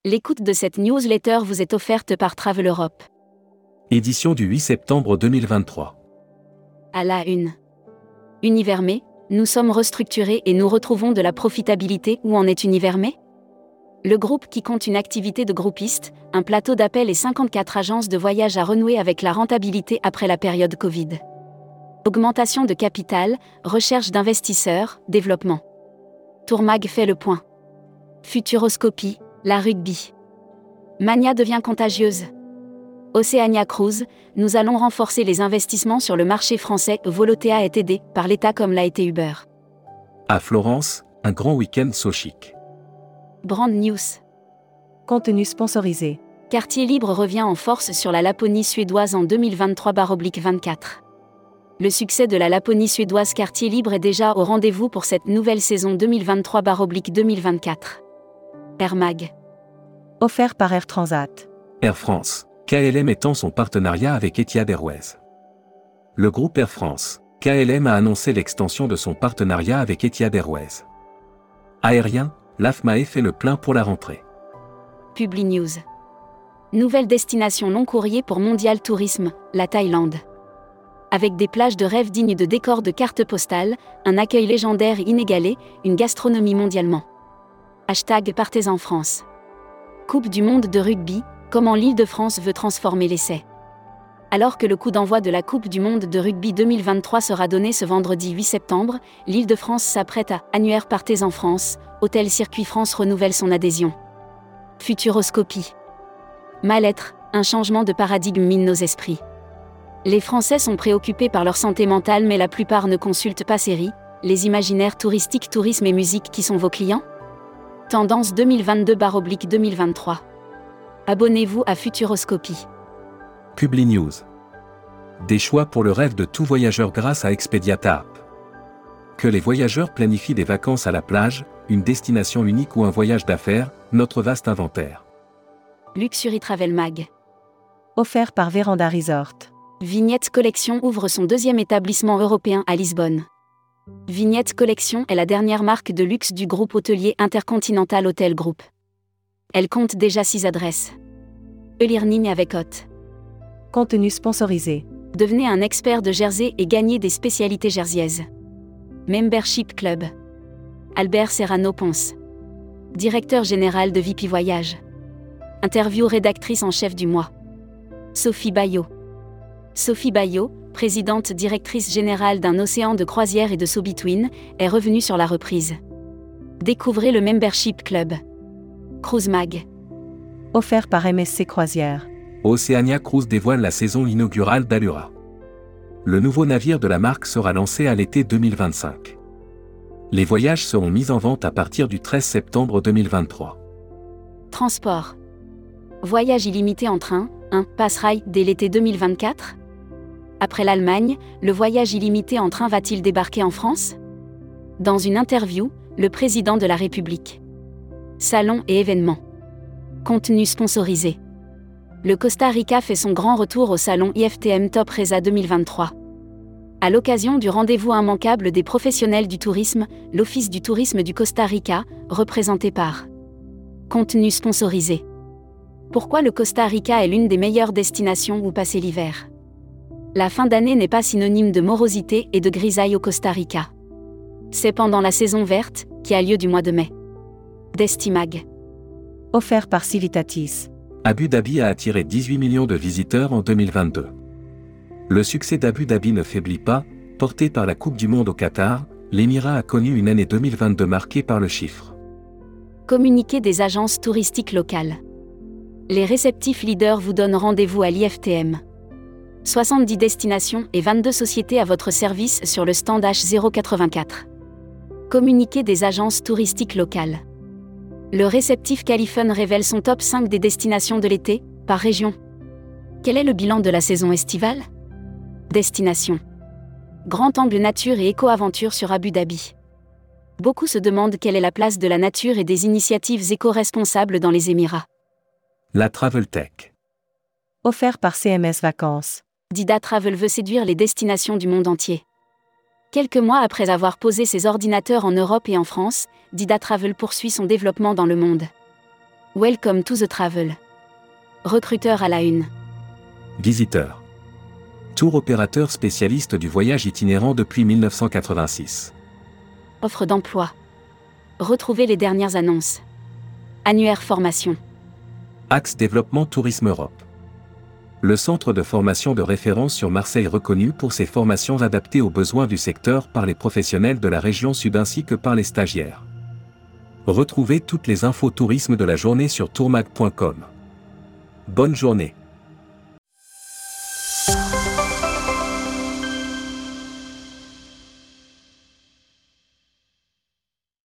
L'écoute de cette newsletter vous est offerte par Travel Europe. Édition du 8 septembre 2023. À la une. Univermé, nous sommes restructurés et nous retrouvons de la profitabilité. Où en est Univermé ? Le groupe qui compte une activité de groupiste, un plateau d'appel et 54 agences de voyage a renoué avec la rentabilité après la période Covid. Augmentation de capital, recherche d'investisseurs, développement. Tourmag fait le point. Futuroscopie, la rugby. Mania devient contagieuse. Oceania Cruise, nous allons renforcer les investissements sur le marché français. Volotea est aidé par l'État comme l'a été Uber. À Florence, un grand week-end so chic. Brand News. Contenu sponsorisé. Quartier Libre revient en force sur la Laponie suédoise en 2023/24. Le succès de la Laponie suédoise Quartier Libre est déjà au rendez-vous pour cette nouvelle saison 2023/2024. Air Mag. Offert par Air Transat. Air France, KLM étend son partenariat avec Etihad Airways. Le groupe Air France, KLM a annoncé l'extension de son partenariat avec Etihad Airways. Aérien, l'AFMAE fait le plein pour la rentrée. Publi News. Nouvelle destination long courrier pour Mondial Tourisme, la Thaïlande. Avec des plages de rêve dignes de décors de cartes postales, un accueil légendaire et inégalé, une gastronomie mondialement. #Partez en France. Coupe du monde de rugby, comment l'Île-de-France veut transformer l'essai. Alors que le coup d'envoi de la Coupe du monde de rugby 2023 sera donné ce vendredi 8 septembre, l'Île-de-France s'apprête à annuaire Partez en France, Hôtel Circuit France renouvelle son adhésion. Futuroscopie. Mal-être, un changement de paradigme mine nos esprits. Les Français sont préoccupés par leur santé mentale mais la plupart ne consultent pas séries, les imaginaires touristiques, tourisme et musique qui sont vos clients ? Tendance 2022/2023. Abonnez-vous à Futuroscopie. Publi News. Des choix pour le rêve de tout voyageur grâce à Expedia TAP. Que les voyageurs planifient des vacances à la plage, une destination unique ou un voyage d'affaires, notre vaste inventaire. Luxury Travel Mag. Offert par Véranda Resort. Vignette Collection ouvre son deuxième établissement européen à Lisbonne. Vignette Collection est la dernière marque de luxe du groupe hôtelier Intercontinental Hotel Group. Elle compte déjà 6 adresses. E-learning avec hôte. Contenu sponsorisé. Devenez un expert de Jersey et gagnez des spécialités jerseyaises. Membership Club. Albert Serrano-Ponce. Directeur général de VIP Voyage. Interview rédactrice en chef du mois. Sophie Bayot. Sophie Bayot, présidente directrice générale d'un océan de croisière et de So-Between, est revenue sur la reprise. Découvrez le Membership Club. Cruise Mag. Offert par MSC Croisière. Oceania Cruise dévoile la saison inaugurale d'Allura. Le nouveau navire de la marque sera lancé à l'été 2025. Les voyages seront mis en vente à partir du 13 septembre 2023. Transport. Voyage illimité en train, un passe-rail dès l'été 2024 ? Après l'Allemagne, le voyage illimité en train va-t-il débarquer en France ? Dans une interview, le président de la République. Salons et événements. Contenu sponsorisé. Le Costa Rica fait son grand retour au salon IFTM Top Resa 2023. À l'occasion du rendez-vous immanquable des professionnels du tourisme, l'Office du tourisme du Costa Rica, représenté par. Contenu sponsorisé. Pourquoi le Costa Rica est l'une des meilleures destinations où passer l'hiver ? La fin d'année n'est pas synonyme de morosité et de grisaille au Costa Rica. C'est pendant la saison verte, qui a lieu du mois de mai. Destimag. Offert par Civitatis. Abu Dhabi a attiré 18 millions de visiteurs en 2022. Le succès d'Abu Dhabi ne faiblit pas, porté par la Coupe du Monde au Qatar, l'Émirat a connu une année 2022 marquée par le chiffre. Communiqué des agences touristiques locales. Les réceptifs leaders vous donnent rendez-vous à l'IFTM. 70 destinations et 22 sociétés à votre service sur le stand H084. Communiqué des agences touristiques locales. Le réceptif Califun révèle son top 5 des destinations de l'été, par région. Quel est le bilan de la saison estivale ? Destination. Grand angle nature et éco-aventure sur Abu Dhabi. Beaucoup se demandent quelle est la place de la nature et des initiatives éco-responsables dans les Émirats. La Travel Tech. Offert par CMS Vacances. Dida Travel veut séduire les destinations du monde entier. Quelques mois après avoir posé ses ordinateurs en Europe et en France, Dida Travel poursuit son développement dans le monde. Welcome to the travel. Recruteur à la une. Visiteur. Tour opérateur spécialiste du voyage itinérant depuis 1986. Offre d'emploi. Retrouvez les dernières annonces. Annuaire formation. Axe Développement Tourisme Europe. Le centre de formation de référence sur Marseille reconnu pour ses formations adaptées aux besoins du secteur par les professionnels de la région sud ainsi que par les stagiaires. Retrouvez toutes les infos tourisme de la journée sur tourmag.com. Bonne journée.